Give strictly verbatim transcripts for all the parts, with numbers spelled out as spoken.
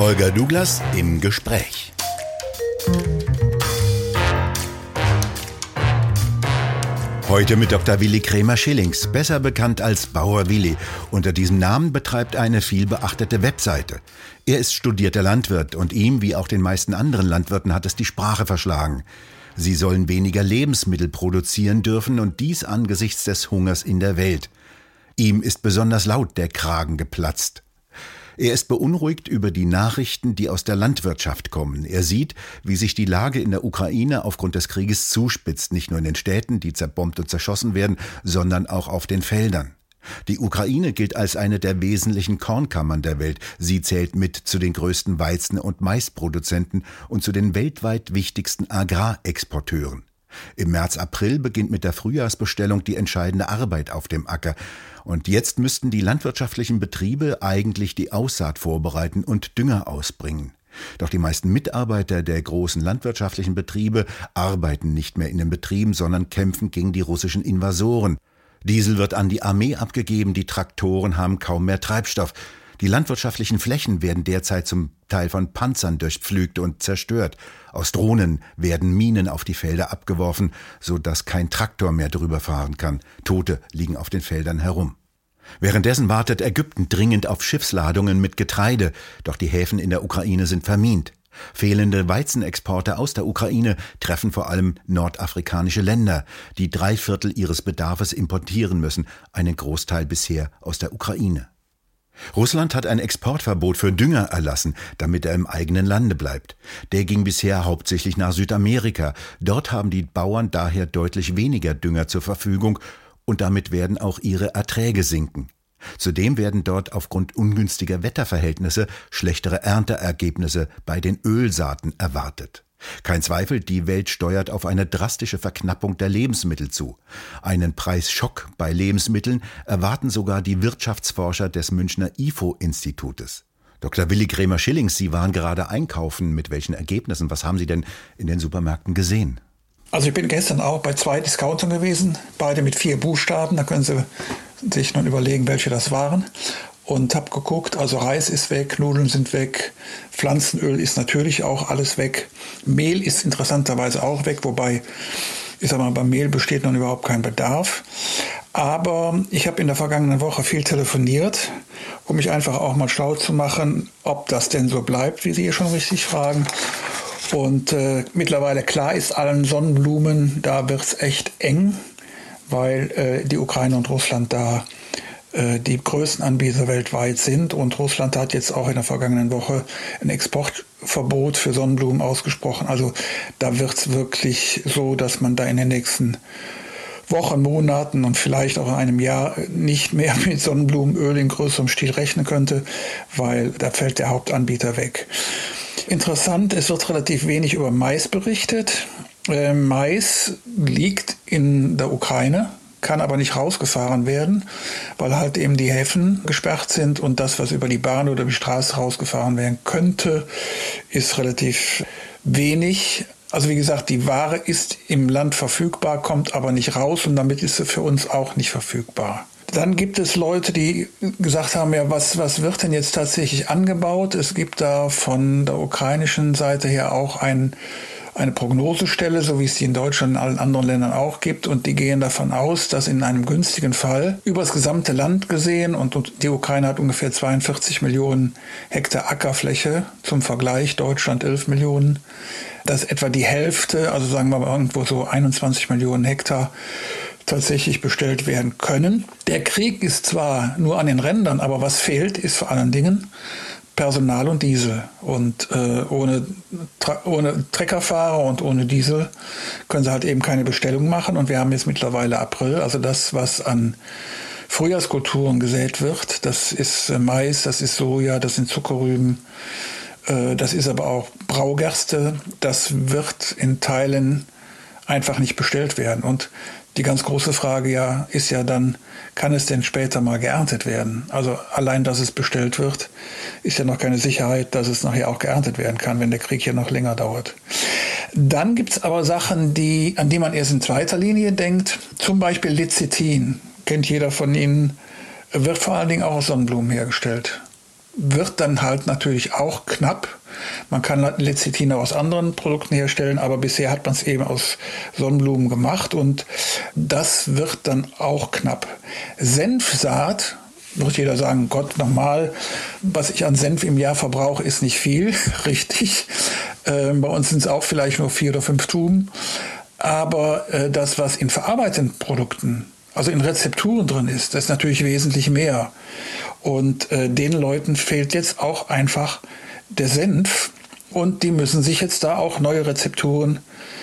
Holger Douglas im Gespräch. Heute mit Doktor Willi Krämer-Schillings, besser bekannt als Bauer Willi. Unter diesem Namen betreibt eine vielbeachtete Webseite. Er ist studierter Landwirt und ihm, wie auch den meisten anderen Landwirten, hat es die Sprache verschlagen. Sie sollen weniger Lebensmittel produzieren dürfen und dies angesichts des Hungers in der Welt. Ihm ist besonders laut der Kragen geplatzt. Er ist beunruhigt über die Nachrichten, die aus der Landwirtschaft kommen. Er sieht, wie sich die Lage in der Ukraine aufgrund des Krieges zuspitzt, nicht nur in den Städten, die zerbombt und zerschossen werden, sondern auch auf den Feldern. Die Ukraine gilt als eine der wesentlichen Kornkammern der Welt. Sie zählt mit zu den größten Weizen- und Maisproduzenten und zu den weltweit wichtigsten Agrarexporteuren. Im März, April beginnt mit der Frühjahrsbestellung die entscheidende Arbeit auf dem Acker. Und jetzt müssten die landwirtschaftlichen Betriebe eigentlich die Aussaat vorbereiten und Dünger ausbringen. Doch die meisten Mitarbeiter der großen landwirtschaftlichen Betriebe arbeiten nicht mehr in den Betrieben, sondern kämpfen gegen die russischen Invasoren. Diesel wird an die Armee abgegeben, die Traktoren haben kaum mehr Treibstoff. Die landwirtschaftlichen Flächen werden derzeit zum Teil von Panzern durchpflügt und zerstört. Aus Drohnen werden Minen auf die Felder abgeworfen, sodass kein Traktor mehr drüber fahren kann. Tote liegen auf den Feldern herum. Währenddessen wartet Ägypten dringend auf Schiffsladungen mit Getreide, doch die Häfen in der Ukraine sind vermint. Fehlende Weizenexporte aus der Ukraine treffen vor allem nordafrikanische Länder, die drei Viertel ihres Bedarfs importieren müssen, einen Großteil bisher aus der Ukraine. Russland hat ein Exportverbot für Dünger erlassen, damit er im eigenen Lande bleibt. Der ging bisher hauptsächlich nach Südamerika. Dort haben die Bauern daher deutlich weniger Dünger zur Verfügung und damit werden auch ihre Erträge sinken. Zudem werden dort aufgrund ungünstiger Wetterverhältnisse schlechtere Ernteergebnisse bei den Ölsaaten erwartet. Kein Zweifel, die Welt steuert auf eine drastische Verknappung der Lebensmittel zu. Einen Preisschock bei Lebensmitteln erwarten sogar die Wirtschaftsforscher des Münchner I F O-Institutes. Doktor Willi Krämer-Schillings, Sie waren gerade einkaufen. Mit welchen Ergebnissen? Was haben Sie denn in den Supermärkten gesehen? Also ich bin gestern auch bei zwei Discountern gewesen, beide mit vier Buchstaben. Da können Sie sich nun überlegen, welche das waren. Und habe geguckt, also Reis ist weg, Nudeln sind weg, Pflanzenöl ist natürlich auch alles weg. Mehl ist interessanterweise auch weg, wobei, ich sag mal, beim Mehl besteht noch überhaupt kein Bedarf. Aber ich habe in der vergangenen Woche viel telefoniert, um mich einfach auch mal schlau zu machen, ob das denn so bleibt, wie Sie hier schon richtig fragen. Und äh, mittlerweile klar ist allen Sonnenblumen, da wird's echt eng, weil äh, die Ukraine und Russland da die größten Anbieter weltweit sind. Und Russland hat jetzt auch in der vergangenen Woche ein Exportverbot für Sonnenblumen ausgesprochen. Also da wird es wirklich so, dass man da in den nächsten Wochen, Monaten und vielleicht auch in einem Jahr nicht mehr mit Sonnenblumenöl in größerem Stil rechnen könnte, weil da fällt der Hauptanbieter weg. Interessant, es wird relativ wenig über Mais berichtet. Äh, Mais liegt in der Ukraine, kann aber nicht rausgefahren werden, weil halt eben die Häfen gesperrt sind und das, was über die Bahn oder die Straße rausgefahren werden könnte, ist relativ wenig. Also wie gesagt, die Ware ist im Land verfügbar, kommt aber nicht raus und damit ist sie für uns auch nicht verfügbar. Dann gibt es Leute, die gesagt haben, ja, was, was wird denn jetzt tatsächlich angebaut? Es gibt da von der ukrainischen Seite her auch ein eine Prognosestelle, so wie es die in Deutschland und allen anderen Ländern auch gibt. Und die gehen davon aus, dass in einem günstigen Fall über das gesamte Land gesehen, und die Ukraine hat ungefähr zweiundvierzig Millionen Hektar Ackerfläche, zum Vergleich Deutschland elf Millionen, dass etwa die Hälfte, also sagen wir mal irgendwo so einundzwanzig Millionen Hektar, tatsächlich bestellt werden können. Der Krieg ist zwar nur an den Rändern, aber was fehlt, ist vor allen Dingen Personal und Diesel. Und äh, ohne, ohne Treckerfahrer und ohne Diesel können sie halt eben keine Bestellung machen. Und wir haben jetzt mittlerweile April. Also das, was an Frühjahrskulturen gesät wird, das ist äh, Mais, das ist Soja, das sind Zuckerrüben, äh, das ist aber auch Braugerste. Das wird in Teilen einfach nicht bestellt werden. Und die ganz große Frage ja ist ja dann, kann es denn später mal geerntet werden? Also allein, dass es bestellt wird, ist ja noch keine Sicherheit, dass es nachher auch geerntet werden kann, wenn der Krieg hier noch länger dauert. Dann gibt es aber Sachen, die, an die man erst in zweiter Linie denkt. Zum Beispiel Lecithin, kennt jeder von Ihnen, wird vor allen Dingen auch aus Sonnenblumen hergestellt. wird dann halt natürlich auch knapp. Man kann Lecithin aus anderen Produkten herstellen, aber bisher hat man es eben aus Sonnenblumen gemacht und das wird dann auch knapp. Senfsaat, wird jeder sagen, Gott, nochmal, was ich an Senf im Jahr verbrauche, ist nicht viel, richtig. Äh, bei uns sind es auch vielleicht nur vier oder fünf Tuben. Aber äh, das, was in verarbeiteten Produkten, also in Rezepturen drin ist, das ist natürlich wesentlich mehr. Und äh, den Leuten fehlt jetzt auch einfach der Senf und die müssen sich jetzt da auch neue Rezepturen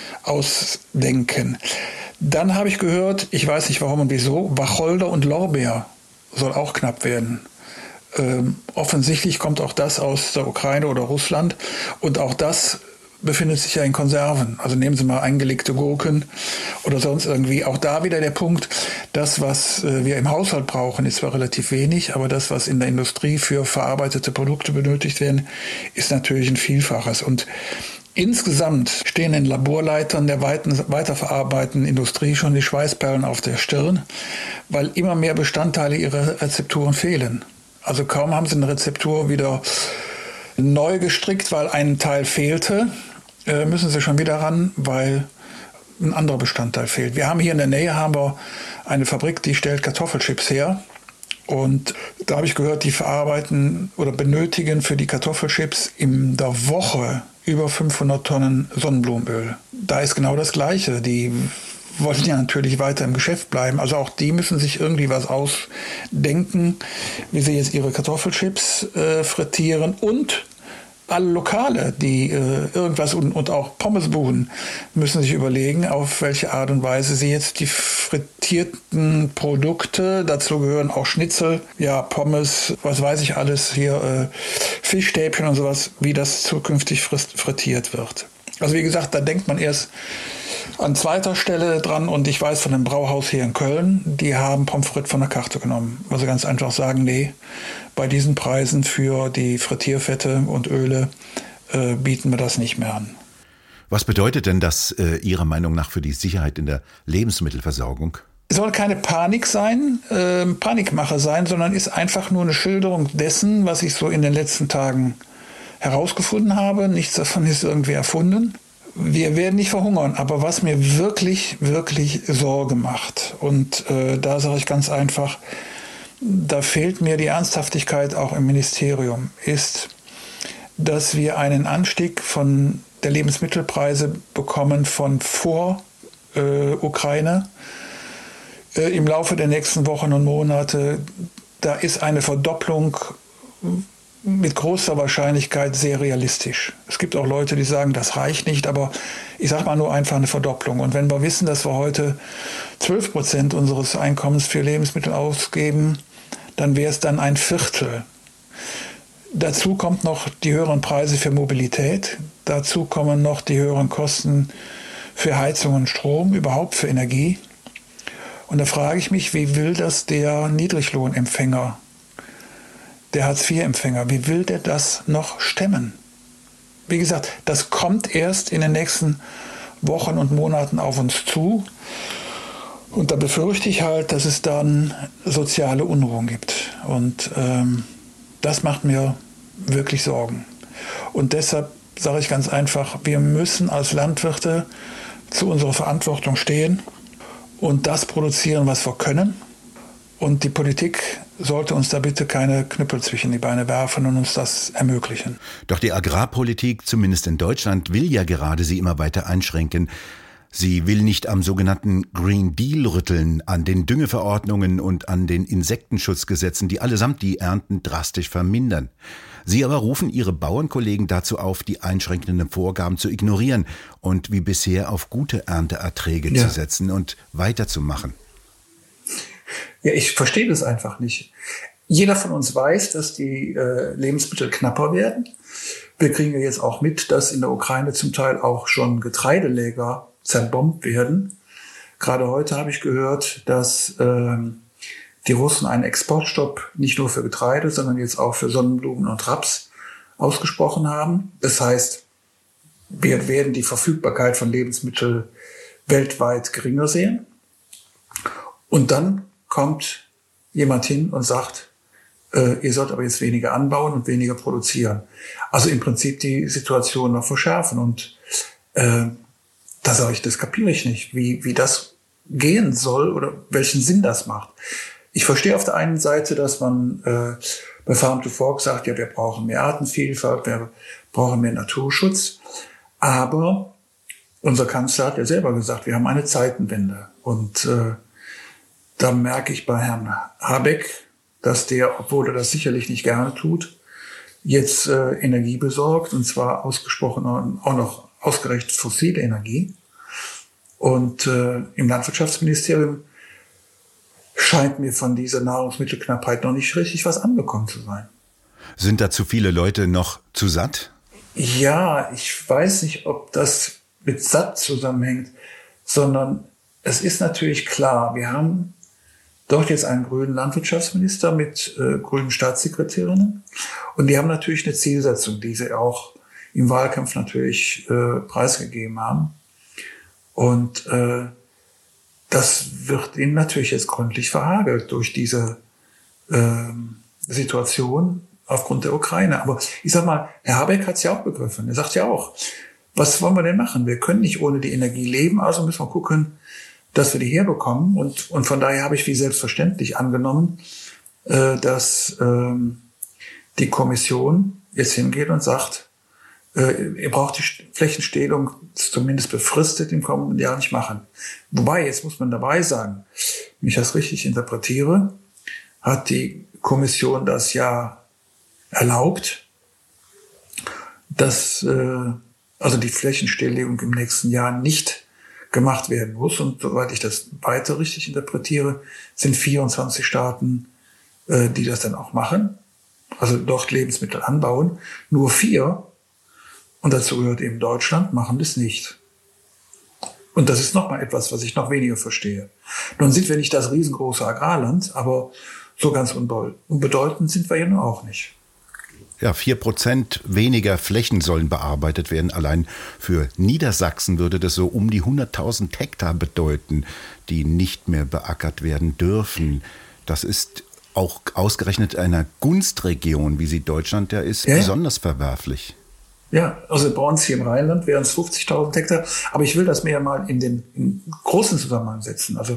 ausdenken. Dann habe ich gehört, ich weiß nicht warum und wieso, Wacholder und Lorbeer soll auch knapp werden. Ähm, offensichtlich kommt auch das aus der Ukraine oder Russland und auch das befindet sich ja in Konserven. Also nehmen Sie mal eingelegte Gurken oder sonst irgendwie. Auch da wieder der Punkt, das, was wir im Haushalt brauchen, ist zwar relativ wenig, aber das, was in der Industrie für verarbeitete Produkte benötigt werden, ist natürlich ein Vielfaches. Und insgesamt stehen den Laborleitern der weiten, weiterverarbeitenden Industrie schon die Schweißperlen auf der Stirn, weil immer mehr Bestandteile ihrer Rezepturen fehlen. Also kaum haben sie eine Rezeptur wieder neu gestrickt, weil ein Teil fehlte, müssen sie schon wieder ran, weil ein anderer Bestandteil fehlt. Wir haben hier in der Nähe haben wir eine Fabrik, die stellt Kartoffelchips her. Und da habe ich gehört, die verarbeiten oder benötigen für die Kartoffelchips in der Woche über fünfhundert Tonnen Sonnenblumenöl. Da ist genau das Gleiche. Die wollen ja natürlich weiter im Geschäft bleiben. Also auch die müssen sich irgendwie was ausdenken, wie sie jetzt ihre Kartoffelchips äh, frittieren. Und alle Lokale, die äh, irgendwas und, und auch Pommesbuden müssen sich überlegen, auf welche Art und Weise sie jetzt die frittierten Produkte, dazu gehören auch Schnitzel, ja Pommes, was weiß ich alles hier, äh, Fischstäbchen und sowas, wie das zukünftig frittiert wird. Also wie gesagt, da denkt man erst an zweiter Stelle dran und ich weiß von einem Brauhaus hier in Köln, die haben Pommes frites von der Karte genommen. Also ganz einfach sagen, nee, bei diesen Preisen für die Frittierfette und Öle äh, bieten wir das nicht mehr an. Was bedeutet denn das äh, Ihrer Meinung nach für die Sicherheit in der Lebensmittelversorgung? Es soll keine Panik sein, äh, Panikmache sein, sondern ist einfach nur eine Schilderung dessen, was ich so in den letzten Tagen herausgefunden habe. Nichts davon ist irgendwie erfunden. Wir werden nicht verhungern, aber was mir wirklich, wirklich Sorge macht, und äh, da sage ich ganz einfach, da fehlt mir die Ernsthaftigkeit auch im Ministerium, ist, dass wir einen Anstieg von der Lebensmittelpreise bekommen von vor äh, Ukraine äh, im Laufe der nächsten Wochen und Monate. Da ist eine Verdopplung mit großer Wahrscheinlichkeit sehr realistisch. Es gibt auch Leute, die sagen, das reicht nicht, aber ich sage mal nur einfach eine Verdopplung. Und wenn wir wissen, dass wir heute zwölf Prozent unseres Einkommens für Lebensmittel ausgeben, dann wäre es dann ein Viertel. Dazu kommt noch die höheren Preise für Mobilität. Dazu kommen noch die höheren Kosten für Heizung und Strom, überhaupt für Energie. Und da frage ich mich, wie will das der Niedriglohnempfänger, der Hartz vier Empfänger, wie will der das noch stemmen? Wie gesagt, das kommt erst in den nächsten Wochen und Monaten auf uns zu. Und da befürchte ich halt, dass es dann soziale Unruhen gibt. Und ähm, das macht mir wirklich Sorgen. Und deshalb sage ich ganz einfach, wir müssen als Landwirte zu unserer Verantwortung stehen und das produzieren, was wir können. Und die Politik sollte uns da bitte keine Knüppel zwischen die Beine werfen und uns das ermöglichen. Doch die Agrarpolitik, zumindest in Deutschland, will ja gerade sie immer weiter einschränken. Sie will nicht am sogenannten Green Deal rütteln, an den Düngeverordnungen und an den Insektenschutzgesetzen, die allesamt die Ernten drastisch vermindern. Sie aber rufen ihre Bauernkollegen dazu auf, die einschränkenden Vorgaben zu ignorieren und wie bisher auf gute Ernteerträge ja. zu setzen und weiterzumachen. Ja, ich verstehe das einfach nicht. Jeder von uns weiß, dass die äh, Lebensmittel knapper werden. Wir kriegen ja jetzt auch mit, dass in der Ukraine zum Teil auch schon Getreidelager zerbombt werden. Gerade heute habe ich gehört, dass ähm, die Russen einen Exportstopp nicht nur für Getreide, sondern jetzt auch für Sonnenblumen und Raps ausgesprochen haben. Das heißt, wir werden die Verfügbarkeit von Lebensmitteln weltweit geringer sehen. Und dann kommt jemand hin und sagt, äh, ihr sollt aber jetzt weniger anbauen und weniger produzieren. Also im Prinzip die Situation noch verschärfen. Und äh, da sage ich, das kapiere ich nicht, wie, wie das gehen soll oder welchen Sinn das macht. Ich verstehe auf der einen Seite, dass man äh, bei Farm to Fork sagt, ja, wir brauchen mehr Artenvielfalt, wir brauchen mehr Naturschutz. Aber unser Kanzler hat ja selber gesagt, wir haben eine Zeitenwende. Und äh, da merke ich bei Herrn Habeck, dass der, obwohl er das sicherlich nicht gerne tut, jetzt äh, Energie besorgt, und zwar ausgesprochen auch noch ausgerechnet fossile Energie. Und äh, im Landwirtschaftsministerium scheint mir von dieser Nahrungsmittelknappheit noch nicht richtig was angekommen zu sein. Sind da zu viele Leute noch zu satt? Ja, ich weiß nicht, ob das mit satt zusammenhängt, sondern es ist natürlich klar, wir haben dort jetzt einen grünen Landwirtschaftsminister mit äh, grünen Staatssekretärinnen, und die haben natürlich eine Zielsetzung, die sie auch im Wahlkampf natürlich äh, preisgegeben haben. Und äh, das wird ihnen natürlich jetzt gründlich verhagelt durch diese äh, Situation aufgrund der Ukraine. Aber ich sag mal, Herr Habeck hat es ja auch begriffen. Er sagt ja auch, was wollen wir denn machen? Wir können nicht ohne die Energie leben, also müssen wir gucken, dass wir die herbekommen. Und, und von daher habe ich wie selbstverständlich angenommen, äh, dass äh, die Kommission jetzt hingeht und sagt, äh, ihr braucht die Flächenstillung zumindest befristet im kommenden Jahr nicht machen. Wobei, jetzt muss man dabei sagen, wenn ich das richtig interpretiere, hat die Kommission das ja erlaubt, dass äh, also die Flächenstilllegung im nächsten Jahr nicht gemacht werden muss. Und soweit ich das weiter richtig interpretiere, sind vierundzwanzig Staaten, äh, die das dann auch machen, also dort Lebensmittel anbauen. Nur vier, und dazu gehört eben Deutschland, machen das nicht. Und das ist nochmal etwas, was ich noch weniger verstehe. Nun sind wir nicht das riesengroße Agrarland, aber so ganz unbedeutend sind wir ja nun auch nicht. Ja, vier Prozent weniger Flächen sollen bearbeitet werden. Allein für Niedersachsen würde das so um die hunderttausend Hektar bedeuten, die nicht mehr beackert werden dürfen. Das ist auch ausgerechnet einer Gunstregion, wie sie Deutschland ja ist, ja, besonders verwerflich. Ja, also bei uns hier im Rheinland wären es fünfzigtausend Hektar. Aber ich will das mehr mal in den in großen Zusammenhang setzen. Also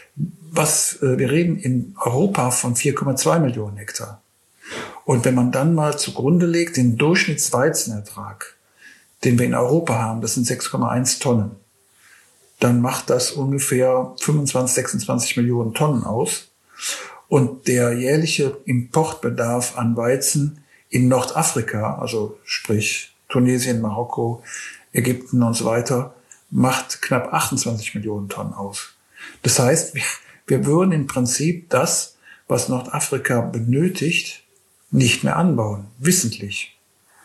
was äh, wir reden in Europa von vier Komma zwei Millionen Hektar. Und wenn man dann mal zugrunde legt, den Durchschnittsweizenertrag, den wir in Europa haben, das sind sechs Komma eins Tonnen, dann macht das ungefähr fünfundzwanzig, sechsundzwanzig Millionen Tonnen aus. Und der jährliche Importbedarf an Weizen in Nordafrika, also sprich Tunesien, Marokko, Ägypten und so weiter, macht knapp achtundzwanzig Millionen Tonnen aus. Das heißt, wir, wir würden im Prinzip das, was Nordafrika benötigt, nicht mehr anbauen, wissentlich.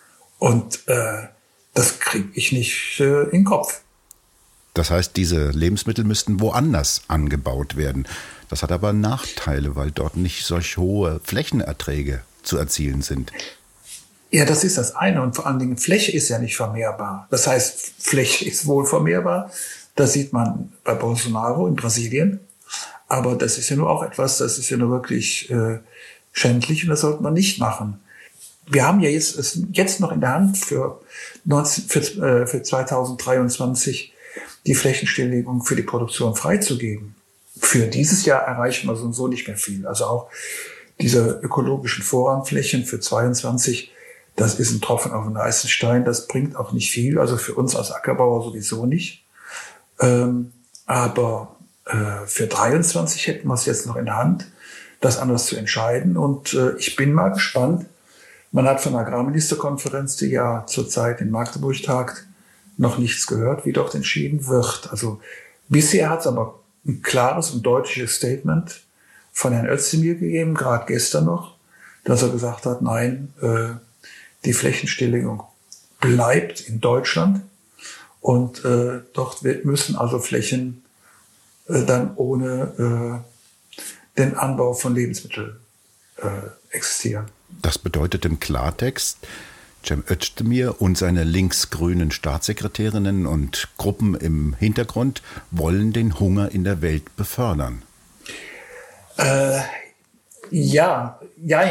Und äh, das kriege ich nicht äh, in den Kopf. Das heißt, diese Lebensmittel müssten woanders angebaut werden. Das hat aber Nachteile, weil dort nicht solch hohe Flächenerträge zu erzielen sind. Ja, das ist das eine. Und vor allen Dingen, Fläche ist ja nicht vermehrbar. Das heißt, Fläche ist wohl vermehrbar. Das sieht man bei Bolsonaro in Brasilien. Aber das ist ja nur auch etwas, das ist ja nur wirklich äh, schändlich, und das sollte man nicht machen. Wir haben ja jetzt, es jetzt noch in der Hand für, neunzehn, für, äh, für zweitausenddreiundzwanzig die Flächenstilllegung für die Produktion freizugeben. Für dieses Jahr erreichen wir so und so nicht mehr viel. Also auch diese ökologischen Vorrangflächen für zweiundzwanzig, das ist ein Tropfen auf den heißen Stein, das bringt auch nicht viel, also für uns als Ackerbauer sowieso nicht. Ähm, aber äh, für dreiundzwanzig hätten wir es jetzt noch in der Hand, das anders zu entscheiden. Und äh, ich bin mal gespannt. Man hat von der Agrarministerkonferenz, die ja zurzeit in Magdeburg tagt, noch nichts gehört, wie dort entschieden wird. Also bisher hat es aber ein klares und deutliches Statement von Herrn Özdemir gegeben, gerade gestern noch, dass er gesagt hat, nein, äh, die Flächenstilllegung bleibt in Deutschland, und äh, dort müssen also Flächen äh, dann ohne äh, den Anbau von Lebensmitteln äh, existieren. Das bedeutet im Klartext, Cem Özdemir und seine linksgrünen Staatssekretärinnen und Gruppen im Hintergrund wollen den Hunger in der Welt befördern. Äh, ja, jein.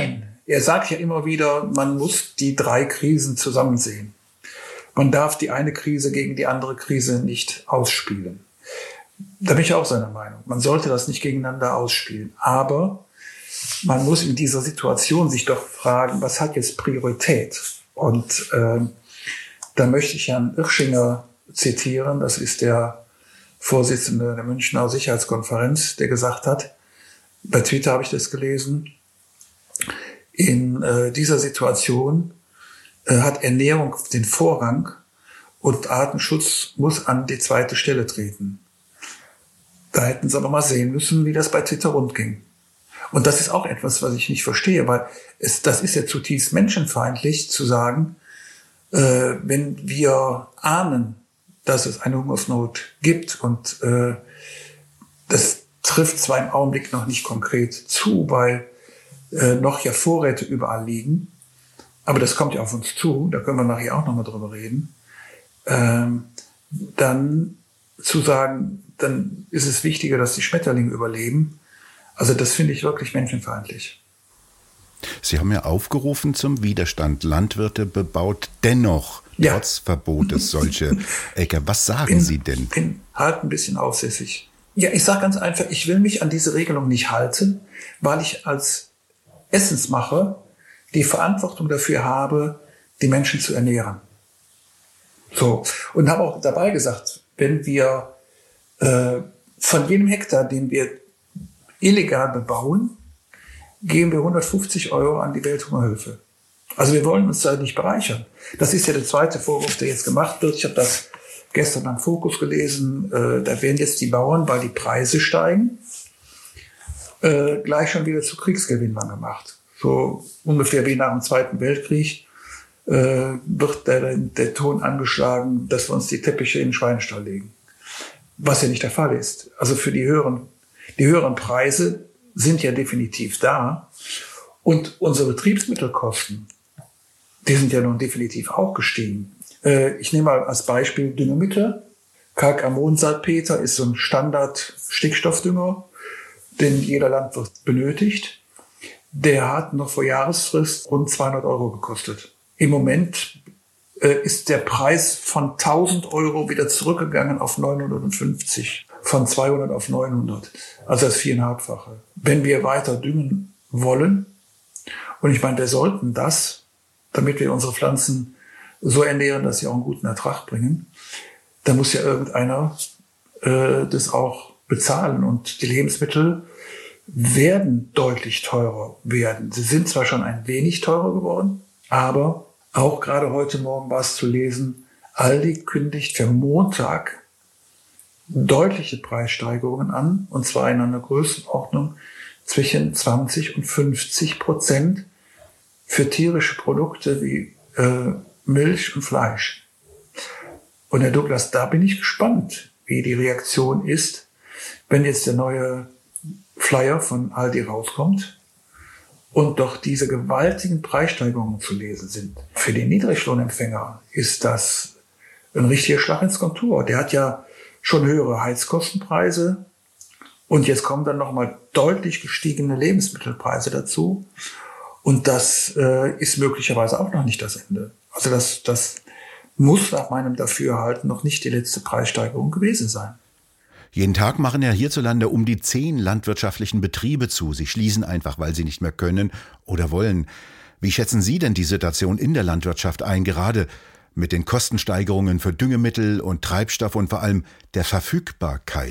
er sagt ja immer wieder, man muss die drei Krisen zusammen sehen. Man darf die eine Krise gegen die andere Krise nicht ausspielen. Da bin ich auch seiner Meinung. Man sollte das nicht gegeneinander ausspielen. Aber man muss in dieser Situation sich doch fragen, was hat jetzt Priorität? Und äh, da möchte ich Herrn Irschinger zitieren. Das ist der Vorsitzende der Münchner Sicherheitskonferenz, der gesagt hat, bei Twitter habe ich das gelesen, in äh, dieser Situation äh, hat Ernährung den Vorrang und Artenschutz muss an die zweite Stelle treten. Da hätten sie aber mal sehen müssen, wie das bei Twitter rund ging. Und das ist auch etwas, was ich nicht verstehe, weil es, das ist ja zutiefst menschenfeindlich zu sagen, äh, wenn wir ahnen, dass es eine Hungersnot gibt und äh, das trifft zwar im Augenblick noch nicht konkret zu, weil äh, noch ja Vorräte überall liegen, aber das kommt ja auf uns zu, da können wir nachher auch nochmal drüber reden, ähm, dann zu sagen, dann ist es wichtiger, dass die Schmetterlinge überleben. Also das finde ich wirklich menschenfeindlich. Sie haben ja aufgerufen zum Widerstand. Landwirte bebaut dennoch, ja. trotz Verbotes, solche Äcker. Was sagen bin, Sie denn? Ich bin halt ein bisschen aufsässig. Ja, ich sage ganz einfach, ich will mich an diese Regelung nicht halten, weil ich als Essensmacher die Verantwortung dafür habe, die Menschen zu ernähren. So. Und habe auch dabei gesagt, wenn wir äh, von jedem Hektar, den wir illegal bebauen, geben wir hundertfünfzig Euro an die Welthungerhilfe. Also wir wollen uns da nicht bereichern. Das ist ja der zweite Vorwurf, der jetzt gemacht wird. Ich habe das gestern am Fokus gelesen. Äh, da werden jetzt die Bauern, weil die Preise steigen, äh, gleich schon wieder zu Kriegsgewinnern gemacht. So ungefähr wie nach dem Zweiten Weltkrieg äh, wird der, der Ton angeschlagen, dass wir uns die Teppiche in den Schweinestall legen. Was ja nicht der Fall ist. Also für die höheren, die höheren Preise sind ja definitiv da. Und unsere Betriebsmittelkosten, die sind ja nun definitiv auch gestiegen. Äh, ich nehme mal als Beispiel Düngemittel. Kalkammonsalpeter ist so ein Standard-Stickstoffdünger, den jeder Landwirt benötigt. Der hat noch vor Jahresfrist rund zweihundert Euro gekostet. Im Moment äh, ist der Preis von tausend Euro wieder zurückgegangen auf neunhundertfünfzig. Von zweihundert auf neunhundert. Also das viereinhalbfache. Wenn wir weiter düngen wollen, und ich meine, wir sollten das, damit wir unsere Pflanzen so ernähren, dass sie auch einen guten Ertrag bringen, dann muss ja irgendeiner äh, das auch bezahlen. Und die Lebensmittel werden deutlich teurer werden. Sie sind zwar schon ein wenig teurer geworden, aber auch gerade heute Morgen war es zu lesen, Aldi kündigt für Montag deutliche Preissteigerungen an, und zwar in einer Größenordnung zwischen zwanzig und fünfzig Prozent für tierische Produkte wie äh, Milch und Fleisch. Und Herr Douglas, da bin ich gespannt, wie die Reaktion ist, wenn jetzt der neue Flyer von Aldi rauskommt und doch diese gewaltigen Preissteigerungen zu lesen sind. Für den Niedriglohnempfänger ist das ein richtiger Schlag ins Kontor. Der hat ja schon höhere Heizkostenpreise und jetzt kommen dann nochmal deutlich gestiegene Lebensmittelpreise dazu. Und das äh, ist möglicherweise auch noch nicht das Ende. Also das, das muss nach meinem Dafürhalten noch nicht die letzte Preissteigerung gewesen sein. Jeden Tag machen ja hierzulande um die zehn landwirtschaftlichen Betriebe zu. Sie schließen einfach, weil sie nicht mehr können oder wollen. Wie schätzen Sie denn die Situation in der Landwirtschaft ein, gerade mit den Kostensteigerungen für Düngemittel und Treibstoff und vor allem der Verfügbarkeit?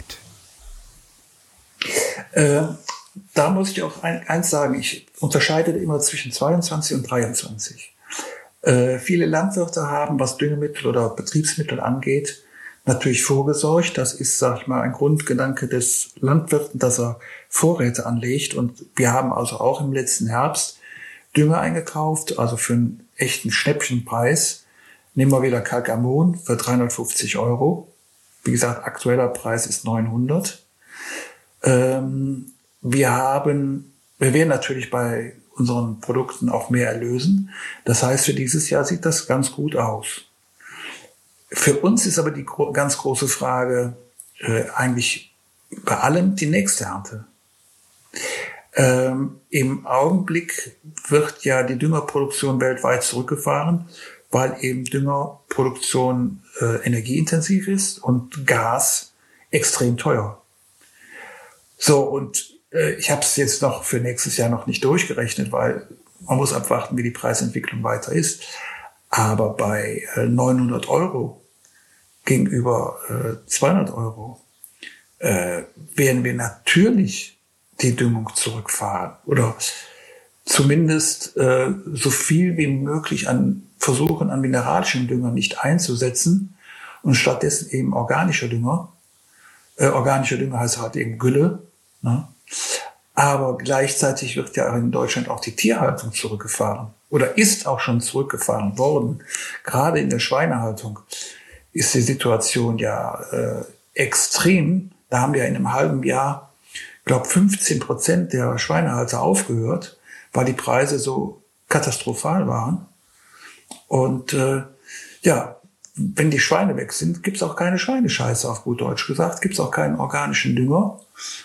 Äh, da muss ich auch ein, eins sagen, ich unterscheide immer zwischen zweiundzwanzig und dreiundzwanzig. Äh, viele Landwirte haben, was Düngemittel oder Betriebsmittel angeht, natürlich vorgesorgt. Das ist, sag ich mal, ein Grundgedanke des Landwirten, dass er Vorräte anlegt. Und wir haben also auch im letzten Herbst Dünger eingekauft, also für einen echten Schnäppchenpreis. Nehmen wir wieder Kalkammon für dreihundertfünfzig Euro. Wie gesagt, aktueller Preis ist neunhundert. Ähm, wir haben, wir werden natürlich bei unseren Produkten auch mehr erlösen. Das heißt, für dieses Jahr sieht das ganz gut aus. Für uns ist aber die gro- ganz große Frage äh, eigentlich bei allem die nächste Ernte. Ähm, Im Augenblick wird ja die Düngerproduktion weltweit zurückgefahren, weil eben Düngerproduktion äh, energieintensiv ist und Gas extrem teuer. So, und äh, ich habe es jetzt noch für nächstes Jahr noch nicht durchgerechnet, weil man muss abwarten, wie die Preisentwicklung weiter ist. Aber bei äh, neunhundert Euro gegenüber äh, zweihundert Euro äh, werden wir natürlich die Düngung zurückfahren oder zumindest äh, so viel wie möglich an versuchen, an mineralischen Dünger nicht einzusetzen und stattdessen eben organischer Dünger. Äh, organischer Dünger heißt halt eben Gülle. Ne? Aber gleichzeitig wird ja in Deutschland auch die Tierhaltung zurückgefahren oder ist auch schon zurückgefahren worden. Gerade in der Schweinehaltung ist die Situation ja äh, extrem. Da haben wir in einem halben Jahr, glaube fünfzehn Prozent der Schweinehalter aufgehört, weil die Preise so katastrophal waren. Und äh, ja, wenn die Schweine weg sind, gibt's auch keine Schweinescheiße, auf gut Deutsch gesagt, gibt's auch keinen organischen Dünger.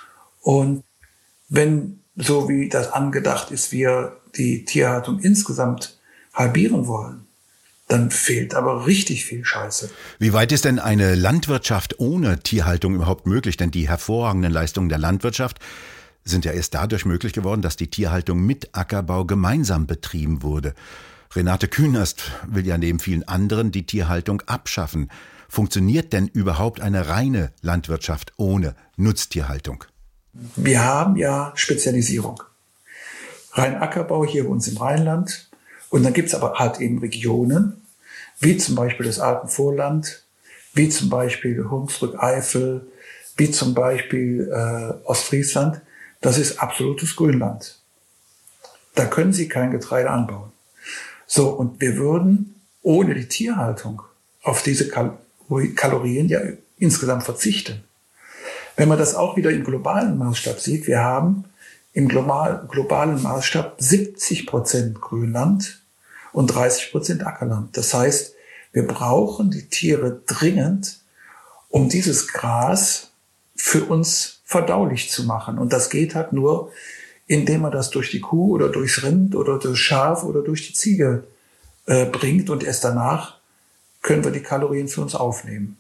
Und wenn, so wie das angedacht ist, wir die Tierhaltung insgesamt halbieren wollen, dann fehlt aber richtig viel Scheiße. Wie weit ist denn eine Landwirtschaft ohne Tierhaltung überhaupt möglich? Denn die hervorragenden Leistungen der Landwirtschaft sind ja erst dadurch möglich geworden, dass die Tierhaltung mit Ackerbau gemeinsam betrieben wurde. Renate Künast will ja neben vielen anderen die Tierhaltung abschaffen. Funktioniert denn überhaupt eine reine Landwirtschaft ohne Nutztierhaltung? Wir haben ja Spezialisierung. Rein Ackerbau hier bei uns im Rheinland. Und dann gibt's aber halt eben Regionen, wie zum Beispiel das Alpenvorland, wie zum Beispiel Hunsrück-Eifel, wie zum Beispiel äh, Ostfriesland. Das ist absolutes Grünland. Da können Sie kein Getreide anbauen. So, und wir würden ohne die Tierhaltung auf diese Kal- Kalorien ja insgesamt verzichten. Wenn man das auch wieder im globalen Maßstab sieht, wir haben im global, globalen Maßstab siebzig Prozent Grünland und dreißig Prozent Ackerland. Das heißt, wir brauchen die Tiere dringend, um dieses Gras für uns verdaulich zu machen. Und das geht halt nur, indem man das durch die Kuh oder durchs Rind oder das Schaf oder durch die Ziege äh, bringt. Und erst danach können wir die Kalorien für uns aufnehmen.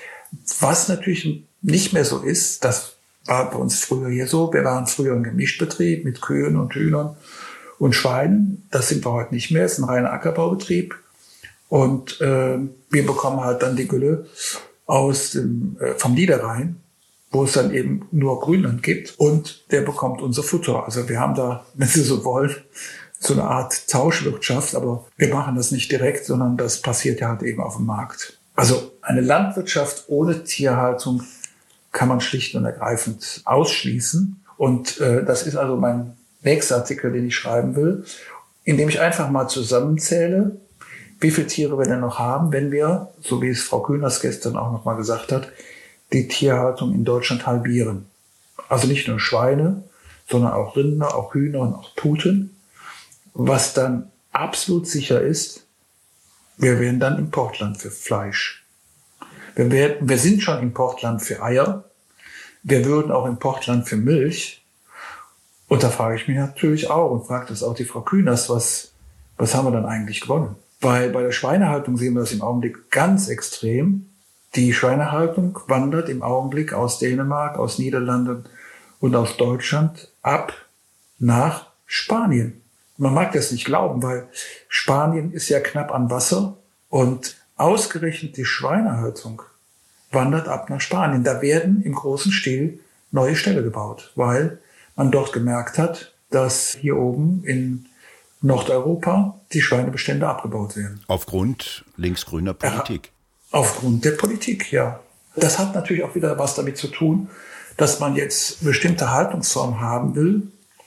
Was natürlich nicht mehr so ist, das war bei uns früher hier so. Wir waren früher ein Gemischtbetrieb mit Kühen und Hühnern und Schweinen. Das sind wir heute nicht mehr. Es ist ein reiner Ackerbaubetrieb. Und äh, wir bekommen halt dann die Gülle aus dem, äh, vom Niederrhein, wo es dann eben nur Grünland gibt. Und der bekommt unser Futter. Also wir haben da, wenn Sie so wollen, so eine Art Tauschwirtschaft. Aber wir machen das nicht direkt, sondern das passiert ja halt eben auf dem Markt. Also eine Landwirtschaft ohne Tierhaltung kann man schlicht und ergreifend ausschließen. Und äh, das ist also mein nächster Artikel, den ich schreiben will, indem ich einfach mal zusammenzähle, wie viele Tiere wir denn noch haben, wenn wir, so wie es Frau Künast gestern auch noch mal gesagt hat, die Tierhaltung in Deutschland halbieren. Also nicht nur Schweine, sondern auch Rinder, auch Hühner und auch Puten. Was dann absolut sicher ist, wir werden dann Importland für Fleisch. Wir, werden, wir sind schon Importland für Eier. Wir würden auch Importland für Milch. Und da frage ich mich natürlich auch und fragt das auch die Frau Künast, was, was haben wir dann eigentlich gewonnen? Weil bei der Schweinehaltung sehen wir das im Augenblick ganz extrem. Die Schweinehaltung wandert im Augenblick aus Dänemark, aus Niederlanden und aus Deutschland ab nach Spanien. Man mag das nicht glauben, weil Spanien ist ja knapp an Wasser und ausgerechnet die Schweinehaltung wandert ab nach Spanien. Da werden im großen Stil neue Ställe gebaut, weil man dort gemerkt hat, dass hier oben in Nordeuropa die Schweinebestände abgebaut werden. Aufgrund linksgrüner Politik. Ja, aufgrund der Politik, ja. Das hat natürlich auch wieder was damit zu tun, dass man jetzt bestimmte Haltungsformen haben will.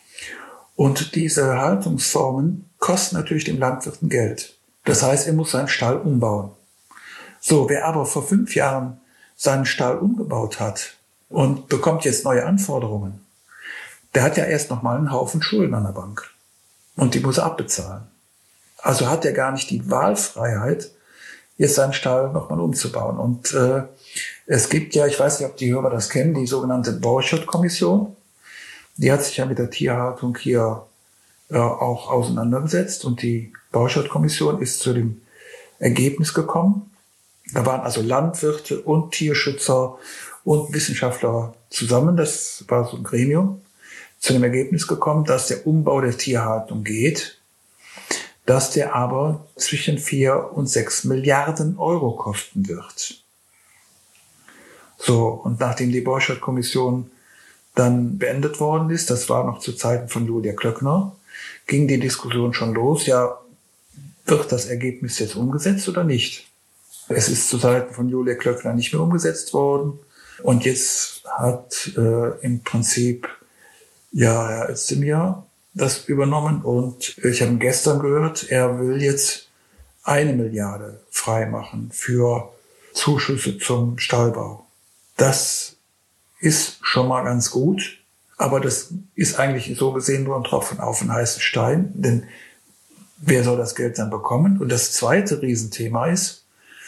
Und diese Haltungsformen kosten natürlich dem Landwirt Geld. Das heißt, er muss seinen Stall umbauen. So, wer aber vor fünf Jahren seinen Stall umgebaut hat und bekommt jetzt neue Anforderungen, der hat ja erst noch mal einen Haufen Schulden an der Bank. Und die muss er abbezahlen. Also hat er gar nicht die Wahlfreiheit, jetzt seinen Stall noch mal umzubauen. Und äh, es gibt ja, ich weiß nicht, ob die Hörer das kennen, die sogenannte Borchert-Kommission. die hat sich ja mit der Tierhaltung hier äh, auch auseinandergesetzt und die Borchardt-Kommission ist zu dem Ergebnis gekommen. Da waren also Landwirte und Tierschützer und Wissenschaftler zusammen, das war so ein Gremium, zu dem Ergebnis gekommen, dass der Umbau der Tierhaltung geht, dass der aber zwischen vier und sechs Milliarden Euro kosten wird. So, und nachdem die Borchardt-Kommission dann beendet worden ist, das war noch zu Zeiten von Julia Klöckner, ging die Diskussion schon los, ja, wird das Ergebnis jetzt umgesetzt oder nicht? Es ist zu Zeiten von Julia Klöckner nicht mehr umgesetzt worden. Und jetzt hat äh, im Prinzip ja Herr Özdemir das übernommen. Und ich habe gestern gehört, er will jetzt eine Milliarde freimachen für Zuschüsse zum Stallbau. Das ist schon mal ganz gut. Aber das ist eigentlich so gesehen nur ein Tropfen auf den heißen Stein. Denn wer soll das Geld dann bekommen? Und das zweite Riesenthema ist,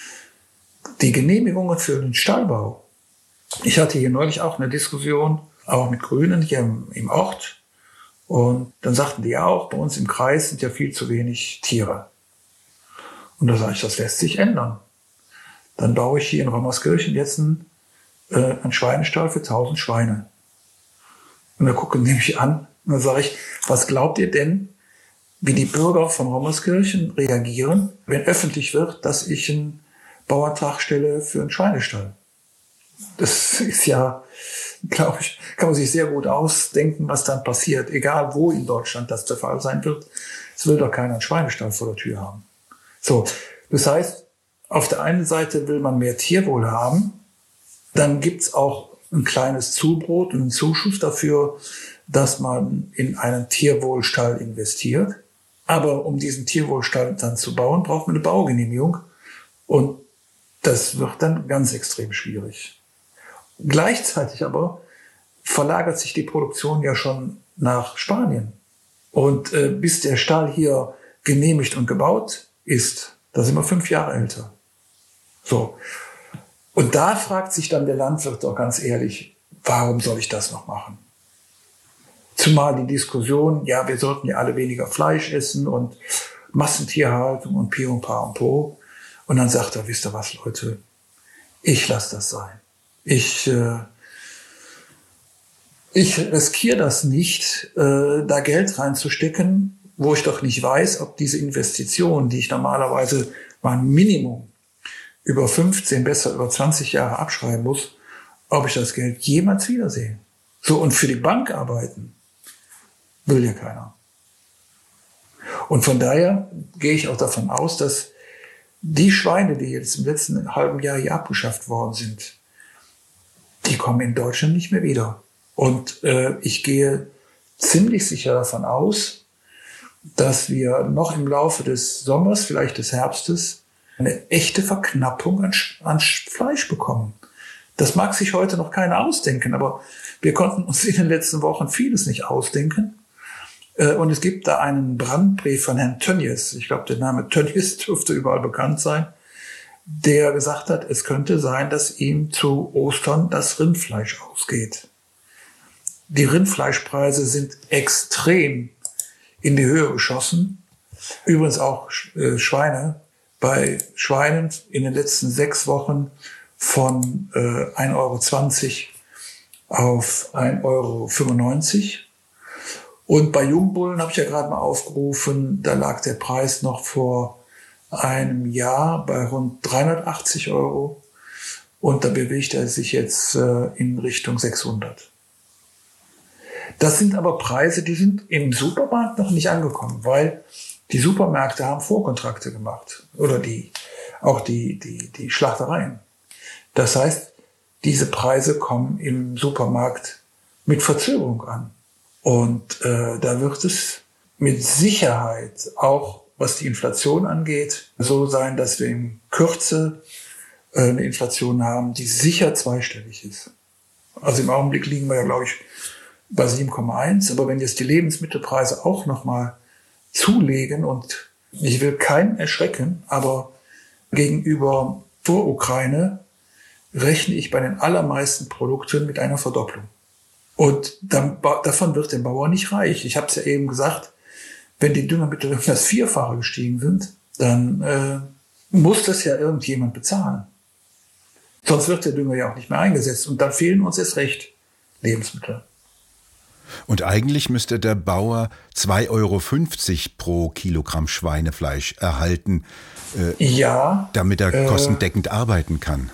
die Genehmigungen für den Stallbau. Ich hatte hier neulich auch eine Diskussion, auch mit Grünen hier im, im Ort. Und dann sagten die auch, bei uns im Kreis sind ja viel zu wenig Tiere. Und da sage ich, das lässt sich ändern. Dann baue ich hier in Rommerskirchen jetzt einen, äh, einen Schweinestall für tausend Schweine. Und da gucken die mich an und dann sage ich, was glaubt ihr denn, wie die Bürger von Rommerskirchen reagieren, wenn öffentlich wird, dass ich einen Bauantrag stelle für einen Schweinestall? Das ist ja, glaube ich, kann man sich sehr gut ausdenken, was dann passiert. Egal, wo in Deutschland das der Fall sein wird. Es will doch keiner einen Schweinestall vor der Tür haben. So, das heißt, auf der einen Seite will man mehr Tierwohl haben. Dann gibt's auch ein kleines Zubrot und einen Zuschuss dafür, dass man in einen Tierwohlstall investiert. Aber um diesen Tierwohlstall dann zu bauen, braucht man eine Baugenehmigung. Und das wird dann ganz extrem schwierig. Gleichzeitig aber verlagert sich die Produktion ja schon nach Spanien. Und äh, bis der Stall hier genehmigt und gebaut ist, da sind wir fünf Jahre älter. So. Und da fragt sich dann der Landwirt doch ganz ehrlich, warum soll ich das noch machen? Zumal die Diskussion, ja, wir sollten ja alle weniger Fleisch essen und Massentierhaltung und Pi und Pa und Po. Und dann sagt er, wisst ihr was, Leute, ich lasse das sein. Ich, äh, ich riskiere das nicht, äh, da Geld reinzustecken, wo ich doch nicht weiß, ob diese Investition, die ich normalerweise mal ein Minimum über fünfzehn, besser über zwanzig Jahre abschreiben muss, ob ich das Geld jemals wiedersehe. So, und für die Bank arbeiten will ja keiner. Und von daher gehe ich auch davon aus, dass die Schweine, die jetzt im letzten halben Jahr hier abgeschafft worden sind, die kommen in Deutschland nicht mehr wieder. Und äh, ich gehe ziemlich sicher davon aus, dass wir noch im Laufe des Sommers, vielleicht des Herbstes, eine echte Verknappung an, an Fleisch bekommen. Das mag sich heute noch keiner ausdenken, aber wir konnten uns in den letzten Wochen vieles nicht ausdenken. Und es gibt da einen Brandbrief von Herrn Tönnies, ich glaube, der Name Tönnies dürfte überall bekannt sein, der gesagt hat, es könnte sein, dass ihm zu Ostern das Rindfleisch ausgeht. Die Rindfleischpreise sind extrem in die Höhe geschossen. Übrigens auch äh, Schweine. Bei Schweinen in den letzten sechs Wochen von äh, ein Euro zwanzig auf ein Euro fünfundneunzig. Und bei Jungbullen habe ich ja gerade mal aufgerufen, da lag der Preis noch vor einem Jahr bei rund dreihundertachtzig Euro. Und da bewegt er sich jetzt äh, in Richtung sechshundert. Das sind aber Preise, die sind im Supermarkt noch nicht angekommen, weil die Supermärkte haben Vorkontrakte gemacht. Oder die, auch die, die, die Schlachtereien. Das heißt, diese Preise kommen im Supermarkt mit Verzögerung an. Und äh, da wird es mit Sicherheit auch, was die Inflation angeht, so sein, dass wir in Kürze äh, eine Inflation haben, die sicher zweistellig ist. Also im Augenblick liegen wir ja, glaube ich, bei sieben Komma eins. Aber wenn jetzt die Lebensmittelpreise auch nochmal zulegen, und ich will keinen erschrecken, aber gegenüber Vor-Ukraine rechne ich bei den allermeisten Produkten mit einer Verdopplung. Und dann, davon wird der Bauer nicht reich. Ich habe es ja eben gesagt, wenn die Düngemittel um das Vierfache gestiegen sind, dann äh, muss das ja irgendjemand bezahlen. Sonst wird der Dünger ja auch nicht mehr eingesetzt. Und dann fehlen uns erst recht Lebensmittel. Und eigentlich müsste der Bauer zwei Euro fünfzig pro Kilogramm Schweinefleisch erhalten, äh, ja, damit er äh, kostendeckend arbeiten kann.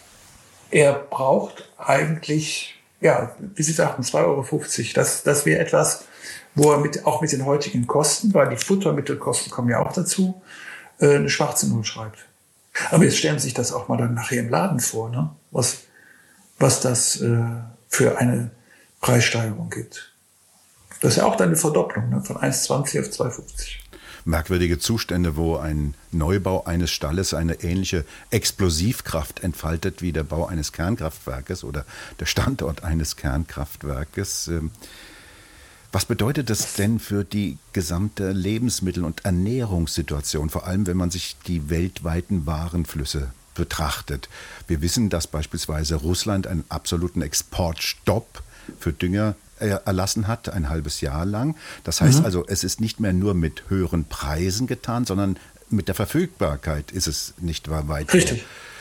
Er braucht eigentlich, ja, wie Sie sagten, zwei Euro fünfzig. Das, das wäre etwas, wo er mit, auch mit den heutigen Kosten, weil die Futtermittelkosten kommen ja auch dazu, äh, eine schwarze Null schreibt. Aber jetzt stellen Sie sich das auch mal dann nachher im Laden vor, ne? was, was das äh, für eine Preissteigerung gibt. Das ist ja auch dann eine Verdopplung, ne? Von eins Komma zwanzig auf zwei Komma fünfzig. Merkwürdige Zustände, wo ein Neubau eines Stalles eine ähnliche Explosivkraft entfaltet wie der Bau eines Kernkraftwerkes oder der Standort eines Kernkraftwerkes. Was bedeutet das denn für die gesamte Lebensmittel- und Ernährungssituation, vor allem wenn man sich die weltweiten Warenflüsse betrachtet? Wir wissen, dass beispielsweise Russland einen absoluten Exportstopp für Dünger erlassen hat, ein halbes Jahr lang. Das heißt mhm. also, es ist nicht mehr nur mit höheren Preisen getan, sondern mit der Verfügbarkeit ist es nicht weit. Richtig.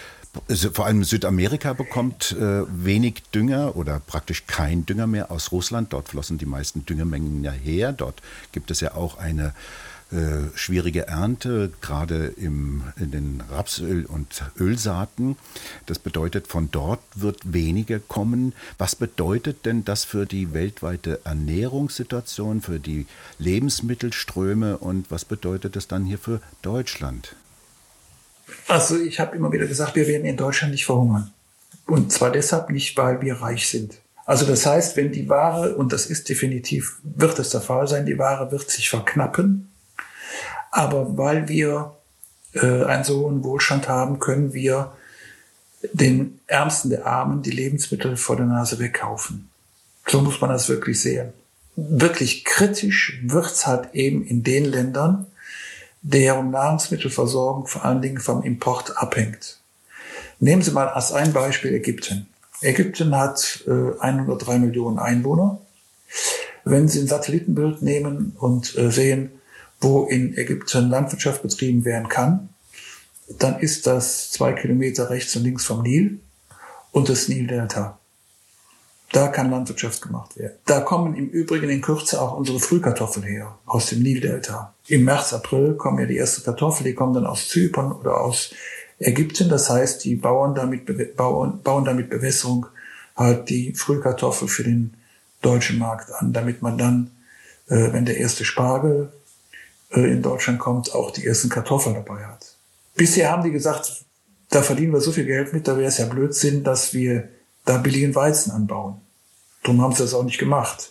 Vor allem Südamerika bekommt äh, wenig Dünger oder praktisch kein Dünger mehr aus Russland. Dort flossen die meisten Düngemengen ja her. Dort gibt es ja auch eine äh, schwierige Ernte, gerade im, in den Rapsöl- und Ölsaaten. Das bedeutet, von dort wird weniger kommen. Was bedeutet denn das für die weltweite Ernährungssituation, für die Lebensmittelströme und was bedeutet das dann hier für Deutschland? Also ich habe immer wieder gesagt, wir werden in Deutschland nicht verhungern. Und zwar deshalb nicht, weil wir reich sind. Also das heißt, wenn die Ware, und das ist definitiv, wird es der Fall sein, die Ware wird sich verknappen. Aber weil wir äh, einen so hohen Wohlstand haben, können wir den Ärmsten der Armen die Lebensmittel vor der Nase wegkaufen. So muss man das wirklich sehen. Wirklich kritisch wird's halt eben in den Ländern, deren Nahrungsmittelversorgung vor allen Dingen vom Import abhängt. Nehmen Sie mal als ein Beispiel Ägypten. Ägypten hat äh, hundertdrei Millionen Einwohner. Wenn Sie ein Satellitenbild nehmen und äh, sehen, wo in Ägypten Landwirtschaft betrieben werden kann, dann ist das zwei Kilometer rechts und links vom Nil und das Nildelta. Da kann Landwirtschaft gemacht werden. Da kommen im Übrigen in Kürze auch unsere Frühkartoffeln her, aus dem Nildelta. Im März, April kommen ja die ersten Kartoffeln, die kommen dann aus Zypern oder aus Ägypten. Das heißt, die bauen damit, bauen, bauen damit Bewässerung halt die Frühkartoffel für den deutschen Markt an, damit man dann, äh, wenn der erste Spargel äh, in Deutschland kommt, auch die ersten Kartoffeln dabei hat. Bisher haben die gesagt, da verdienen wir so viel Geld mit, da wäre es ja Blödsinn, dass wir da billigen Weizen anbauen. Darum haben sie das auch nicht gemacht.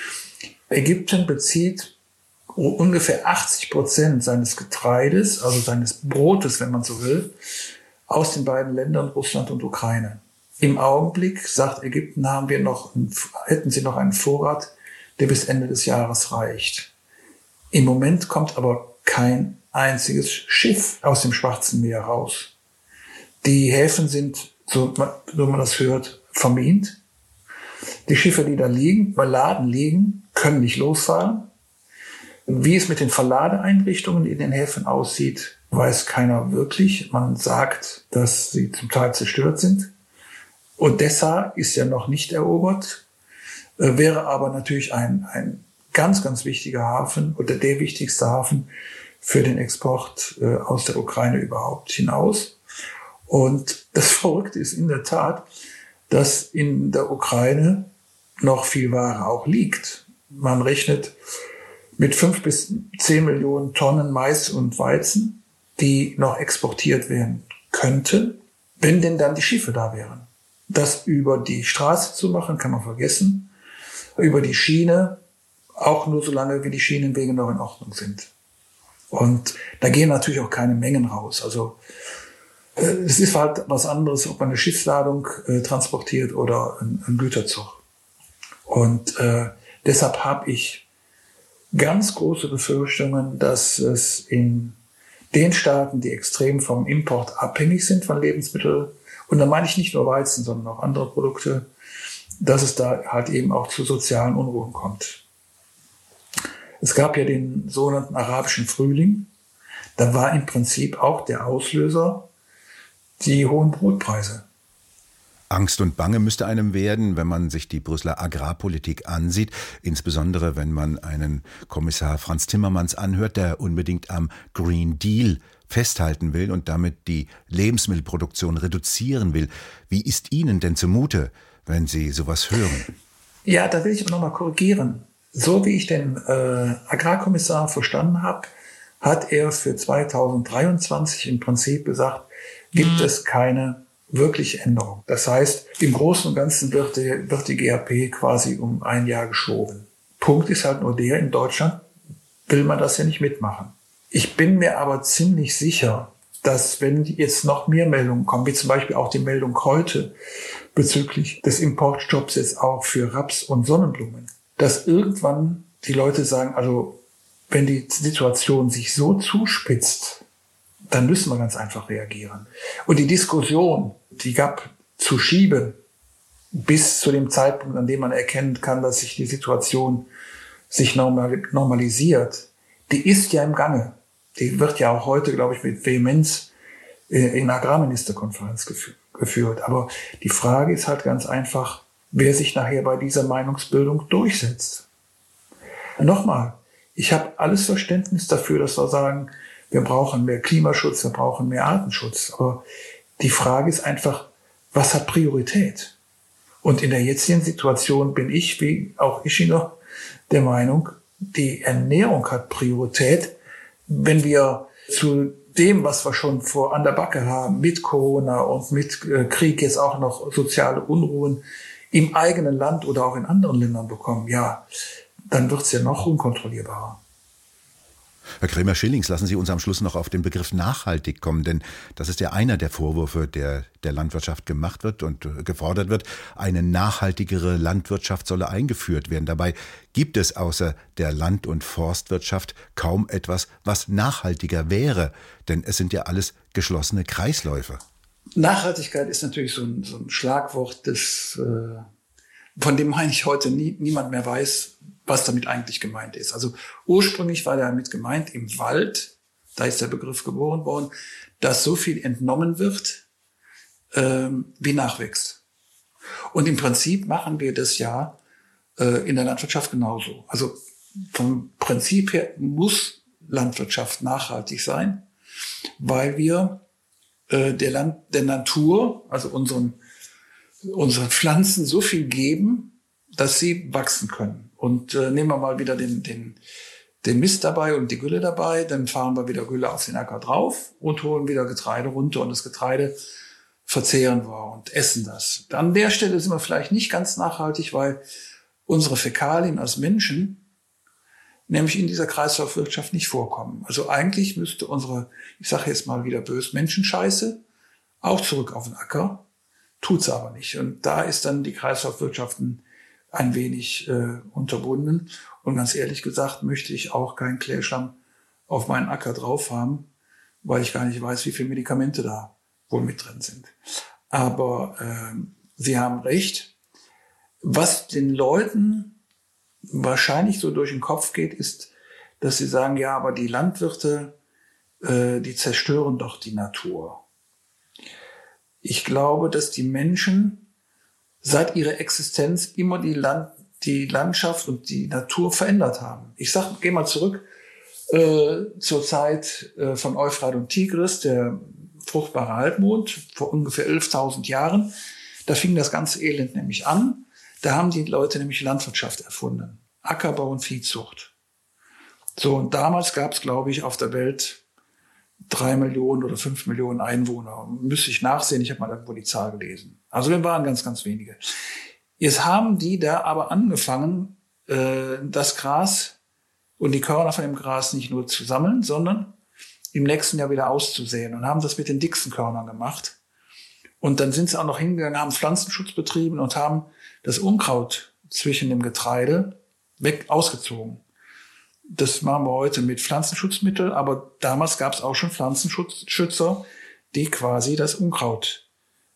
Ägypten bezieht ungefähr achtzig Prozent seines Getreides, also seines Brotes, wenn man so will, aus den beiden Ländern Russland und Ukraine. Im Augenblick, sagt Ägypten, haben wir noch, hätten sie noch einen Vorrat, der bis Ende des Jahres reicht. Im Moment kommt aber kein einziges Schiff aus dem Schwarzen Meer raus. Die Häfen sind, so, so man das hört, vermint. Die Schiffe, die da liegen, beladen liegen, können nicht losfahren. Wie es mit den Verladeeinrichtungen in den Häfen aussieht, weiß keiner wirklich. Man sagt, dass sie zum Teil zerstört sind. Odessa ist ja noch nicht erobert, äh, wäre aber natürlich ein, ein ganz, ganz wichtiger Hafen oder der wichtigste Hafen für den Export äh, aus der Ukraine überhaupt hinaus. Und das Verrückte ist in der Tat, dass in der Ukraine noch viel Ware auch liegt. Man rechnet mit fünf bis zehn Millionen Tonnen Mais und Weizen, die noch exportiert werden könnten, wenn denn dann die Schiffe da wären. Das über die Straße zu machen, kann man vergessen. Über die Schiene auch nur so lange, wie die Schienenwege noch in Ordnung sind. Und da gehen natürlich auch keine Mengen raus. Also es ist halt was anderes, ob man eine Schiffsladung äh, transportiert oder ein, ein Güterzug. Und äh, deshalb habe ich ganz große Befürchtungen, dass es in den Staaten, die extrem vom Import abhängig sind von Lebensmitteln, und da meine ich nicht nur Weizen, sondern auch andere Produkte, dass es da halt eben auch zu sozialen Unruhen kommt. Es gab ja den sogenannten arabischen Frühling. Da war im Prinzip auch der Auslöser die hohen Brotpreise. Angst und Bange müsste einem werden, wenn man sich die Brüsseler Agrarpolitik ansieht, insbesondere wenn man einen Kommissar Franz Timmermans anhört, der unbedingt am Green Deal festhalten will und damit die Lebensmittelproduktion reduzieren will. Wie ist Ihnen denn zumute, wenn Sie sowas hören? Ja, da will ich aber nochmal korrigieren. So wie ich den äh, Agrarkommissar verstanden habe, hat er für zweitausenddreiundzwanzig im Prinzip gesagt, gibt es keine wirkliche Änderung. Das heißt, im Großen und Ganzen wird die, wird die G A P quasi um ein Jahr geschoben. Punkt ist halt nur der, in Deutschland will man das ja nicht mitmachen. Ich bin mir aber ziemlich sicher, dass wenn jetzt noch mehr Meldungen kommen, wie zum Beispiel auch die Meldung heute bezüglich des Importstopps jetzt auch für Raps und Sonnenblumen, dass irgendwann die Leute sagen, also wenn die Situation sich so zuspitzt, dann müssen wir ganz einfach reagieren. Und die Diskussion, die gab zu schieben, bis zu dem Zeitpunkt, an dem man erkennen kann, dass sich die Situation sich normal, normalisiert, die ist ja im Gange. Die wird ja auch heute, glaube ich, mit Vehemenz in der Agrarministerkonferenz geführt. Aber die Frage ist halt ganz einfach, wer sich nachher bei dieser Meinungsbildung durchsetzt. Nochmal, ich habe alles Verständnis dafür, dass wir sagen, wir brauchen mehr Klimaschutz, wir brauchen mehr Artenschutz. Aber die Frage ist einfach, was hat Priorität? Und in der jetzigen Situation bin ich, wie auch Ischinger, der Meinung, die Ernährung hat Priorität. Wenn wir zu dem, was wir schon vor an der Backe haben, mit Corona und mit Krieg jetzt auch noch soziale Unruhen im eigenen Land oder auch in anderen Ländern bekommen, ja, dann wird es ja noch unkontrollierbarer. Herr Krämer-Schillings, lassen Sie uns am Schluss noch auf den Begriff nachhaltig kommen, denn das ist ja einer der Vorwürfe, der der Landwirtschaft gemacht wird und gefordert wird. Eine nachhaltigere Landwirtschaft solle eingeführt werden. Dabei gibt es außer der Land- und Forstwirtschaft kaum etwas, was nachhaltiger wäre, denn es sind ja alles geschlossene Kreisläufe. Nachhaltigkeit ist natürlich so ein, so ein Schlagwort, das, äh, von dem eigentlich heute nie, niemand mehr weiß, was damit eigentlich gemeint ist. Also ursprünglich war damit gemeint, im Wald, da ist der Begriff geboren worden, dass so viel entnommen wird, ähm, wie nachwächst. Und im Prinzip machen wir das ja äh, in der Landwirtschaft genauso. Also vom Prinzip her muss Landwirtschaft nachhaltig sein, weil wir äh, der, Land, der Natur, also unseren, unseren Pflanzen so viel geben, dass sie wachsen können. Und äh, nehmen wir mal wieder den, den, den Mist dabei und die Gülle dabei, dann fahren wir wieder Gülle auf den Acker drauf und holen wieder Getreide runter und das Getreide verzehren wir und essen das. An der Stelle sind wir vielleicht nicht ganz nachhaltig, weil unsere Fäkalien als Menschen nämlich in dieser Kreislaufwirtschaft nicht vorkommen. Also eigentlich müsste unsere, ich sage jetzt mal wieder bös, Menschenscheiße auch zurück auf den Acker, tut's aber nicht. Und da ist dann die Kreislaufwirtschaft ein ein wenig äh, unterbunden. Und ganz ehrlich gesagt möchte ich auch keinen Klärschlamm auf meinen Acker drauf haben, weil ich gar nicht weiß, wie viele Medikamente da wohl mit drin sind. Aber äh, Sie haben recht. Was den Leuten wahrscheinlich so durch den Kopf geht, ist, dass sie sagen, ja, aber die Landwirte, äh, die zerstören doch die Natur. Ich glaube, dass die Menschen seit ihrer Existenz immer die, Land, die Landschaft und die Natur verändert haben. Ich sag, geh mal zurück äh, zur Zeit äh, von Euphrat und Tigris, der fruchtbare Halbmond, vor ungefähr elftausend Jahren. Da fing das ganze Elend nämlich an. Da haben die Leute nämlich Landwirtschaft erfunden. Ackerbau und Viehzucht. So, und damals gab es, glaube ich, auf der Welt drei Millionen oder fünf Millionen Einwohner. Müsste ich nachsehen, ich habe mal irgendwo die Zahl gelesen. Also wir waren ganz, ganz wenige. Jetzt haben die da aber angefangen, äh, das Gras und die Körner von dem Gras nicht nur zu sammeln, sondern im nächsten Jahr wieder auszusäen und haben das mit den dicksten Körnern gemacht. Und dann sind sie auch noch hingegangen, haben Pflanzenschutz betrieben und haben das Unkraut zwischen dem Getreide weg ausgezogen. Das machen wir heute mit Pflanzenschutzmitteln, aber damals gab es auch schon Pflanzenschützer, die quasi das Unkraut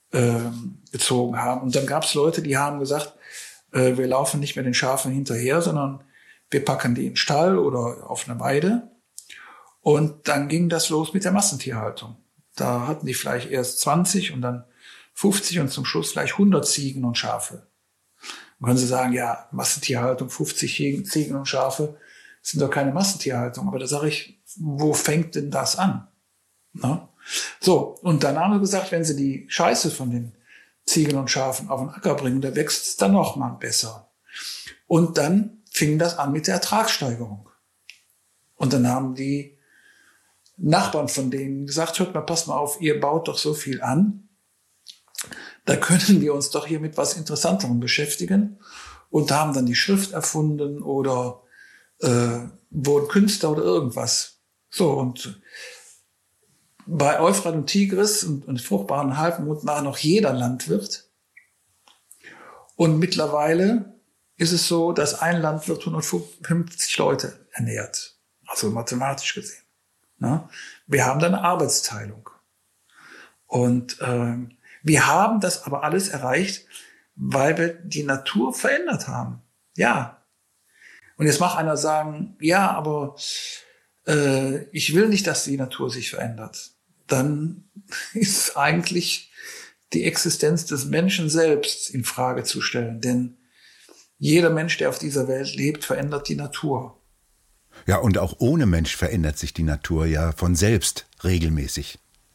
äh, gezogen haben. Und dann gab es Leute, die haben gesagt, äh, wir laufen nicht mehr den Schafen hinterher, sondern wir packen die in den Stall oder auf eine Weide. Und dann ging das los mit der Massentierhaltung. Da hatten die vielleicht erst zwanzig und dann fünfzig und zum Schluss vielleicht hundert Ziegen und Schafe. Dann können Sie sagen, ja, Massentierhaltung, fünfzig Ziegen und Schafe sind doch keine Massentierhaltung. Aber da sage ich, wo fängt denn das an? Na? So, und dann haben wir gesagt, wenn Sie die Scheiße von den Ziegen und Schafen auf den Acker bringen, da wächst es dann noch mal besser. Und dann fing das an mit der Ertragssteigerung. Und dann haben die Nachbarn von denen gesagt, hört mal, pass mal auf, ihr baut doch so viel an. Da können wir uns doch hier mit was Interessanterem beschäftigen. Und haben dann die Schrift erfunden oder äh, wurden Künstler oder irgendwas. So, und bei Euphrat und Tigris und, und fruchtbaren Halbmond war noch jeder Landwirt. Und mittlerweile ist es so, dass ein Landwirt hundertfünfzig Leute ernährt. Also mathematisch gesehen. Na? Wir haben da eine Arbeitsteilung. Und ähm, wir haben das aber alles erreicht, weil wir die Natur verändert haben. Ja. Und jetzt mag einer sagen, ja, aber äh, ich will nicht, dass die Natur sich verändert. Dann ist eigentlich die Existenz des Menschen selbst in Frage zu stellen. Denn jeder Mensch, der auf dieser Welt lebt, verändert die Natur. Ja, und auch ohne Mensch verändert sich die Natur ja von selbst regelmäßig.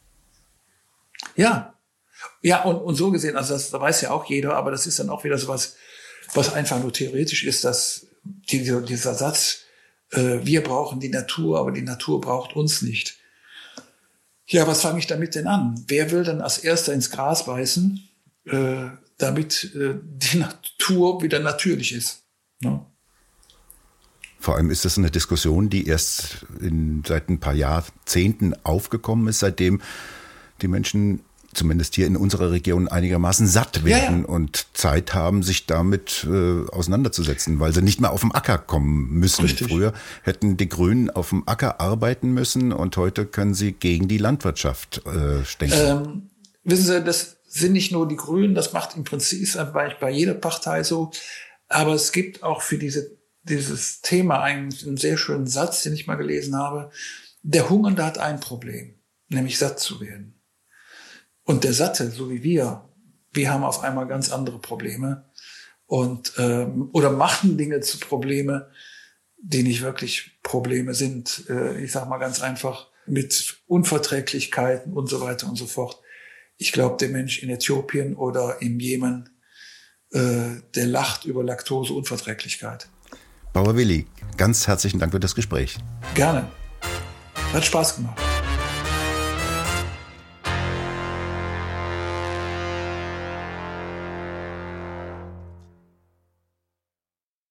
Ja, ja, und, und so gesehen, also das, das weiß ja auch jeder, aber das ist dann auch wieder so was, was einfach nur theoretisch ist, dass die, dieser Satz, äh, wir brauchen die Natur, aber die Natur braucht uns nicht. Ja, was fange ich damit denn an? Wer will denn als Erster ins Gras beißen, äh, damit äh, die Natur wieder natürlich ist? Ne? Vor allem ist das eine Diskussion, die erst in, seit ein paar Jahrzehnten aufgekommen ist, seitdem die Menschen zumindest hier in unserer Region einigermaßen satt werden ja, ja. und Zeit haben, sich damit äh, auseinanderzusetzen, weil sie nicht mehr auf dem Acker kommen müssen. Richtig. Früher hätten die Grünen auf dem Acker arbeiten müssen und heute können sie gegen die Landwirtschaft äh, stenken. Ähm, wissen Sie, das sind nicht nur die Grünen, das macht im Prinzip ist bei, bei jeder Partei so, aber es gibt auch für diese, dieses Thema einen, einen sehr schönen Satz, den ich mal gelesen habe. Der Hungernde hat ein Problem, nämlich satt zu werden. Und der Satte, so wie wir, wir haben auf einmal ganz andere Probleme und ähm, oder machen Dinge zu Probleme, die nicht wirklich Probleme sind. Äh, ich sage mal ganz einfach mit Unverträglichkeiten und so weiter und so fort. Ich glaube, der Mensch in Äthiopien oder im Jemen, äh, der lacht über Laktoseunverträglichkeit. Bauer Willi, ganz herzlichen Dank für das Gespräch. Gerne. Hat Spaß gemacht.